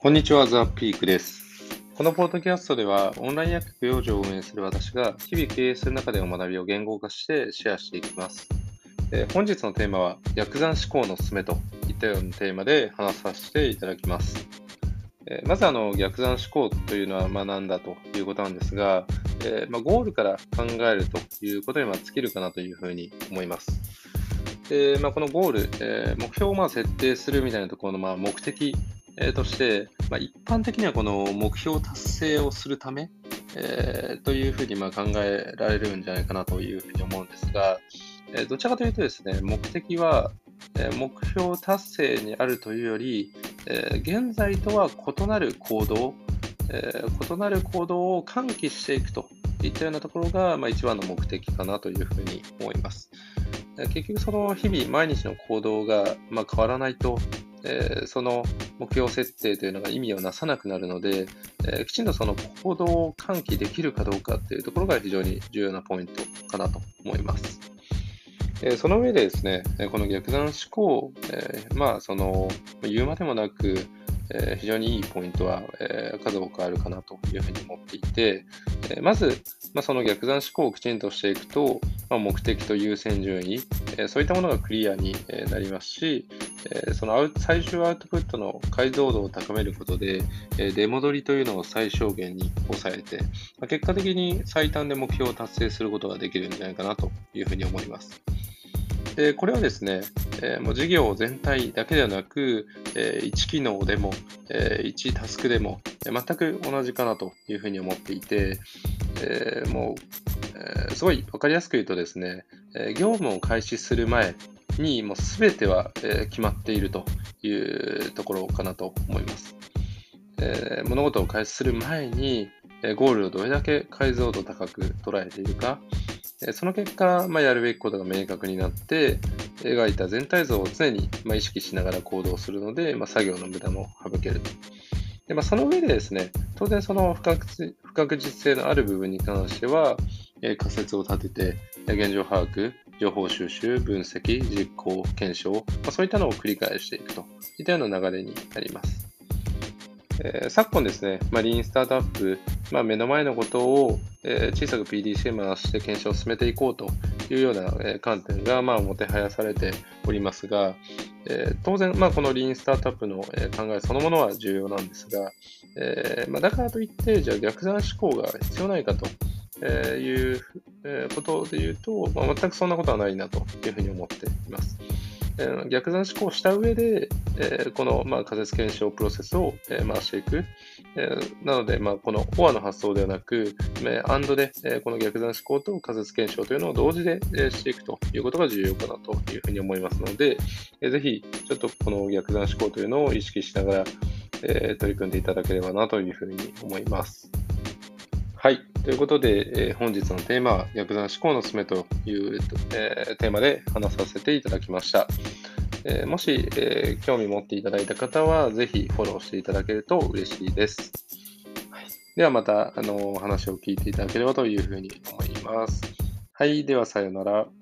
こんにちは、ザ・ピークです。このポッドキャストでは、オンライン薬局養生を運営する私が、日々経営する中での学びを言語化してシェアしていきます。本日のテーマは、薬剤師思考のすすめといったようなテーマで話させていただきます。まず、薬剤師思考というのは何だということなんですが、ゴールから考えるということに尽きるかなというふうに思います。このゴール、目標を設定するみたいなところの目的、として、一般的にはこの目標達成をするため、というふうに考えられるんじゃないかなというふうに思うんですが、どちらかというとですね、目的は、目標達成にあるというより、現在とは異なる行動、異なる行動を喚起していくといったようなところが、一番の目的かなというふうに思います。結局その日々毎日の行動が、変わらないと、その目標設定というのが意味をなさなくなるので、きちんとその行動を喚起できるかどうかっていうところが非常に重要なポイントかなと思います。その上でですね、この逆算思考、言うまでもなく、非常にいいポイントは、数多くあるかなというふうに思っていて、まず、その逆算思考をきちんとしていくと、目的と優先順位、そういったものがクリアになりますし、その最終アウトプットの解像度を高めることで、出戻りというのを最小限に抑えて、結果的に最短で目標を達成することができるんじゃないかなというふうに思います。で、これはですね、もう事業全体だけではなく、1機能でも、1タスクでも、全く同じかなというふうに思っていて、もう、すごい分かりやすく言うとですね、業務を開始する前に、もうすべては、決まっているというところかなと思います。物事を開始する前に、ゴールをどれだけ解像度高く捉えているか、その結果、やるべきことが明確になって、描いた全体像を常に意識しながら行動するので、作業の無駄も省けると。でその上でですね、当然その不確実性のある部分に関しては、仮説を立てて、現状把握、情報収集、分析、実行、検証、そういったのを繰り返していくといったような流れになります。昨今ですね、リーンスタートアップ、目の前のことを、小さく PDCA 回して検証を進めていこうというような、観点が、もてはやされておりますが、当然、このリーンスタートアップの、考えそのものは重要なんですが、だからといって、じゃあ逆算思考が必要ないかと、いう、ことで言うと、全くそんなことはないなというふうに思っています。逆算思考した上で、この、仮説検証プロセスを、回していく。なので、この OR の発想ではなく、AND で、この逆算思考と仮説検証というのを同時で、していくということが重要かなというふうに思いますので、ぜひ、ちょっとこの逆算思考というのを意識しながら、取り組んでいただければなというふうに思います。はい。ということで、本日のテーマは、逆算思考のすすめという、テーマで話させていただきました。もし、興味持っていただいた方は、ぜひフォローしていただけると嬉しいです。はい、ではまた、話を聞いていただければというふうに思います。はい。では、さようなら。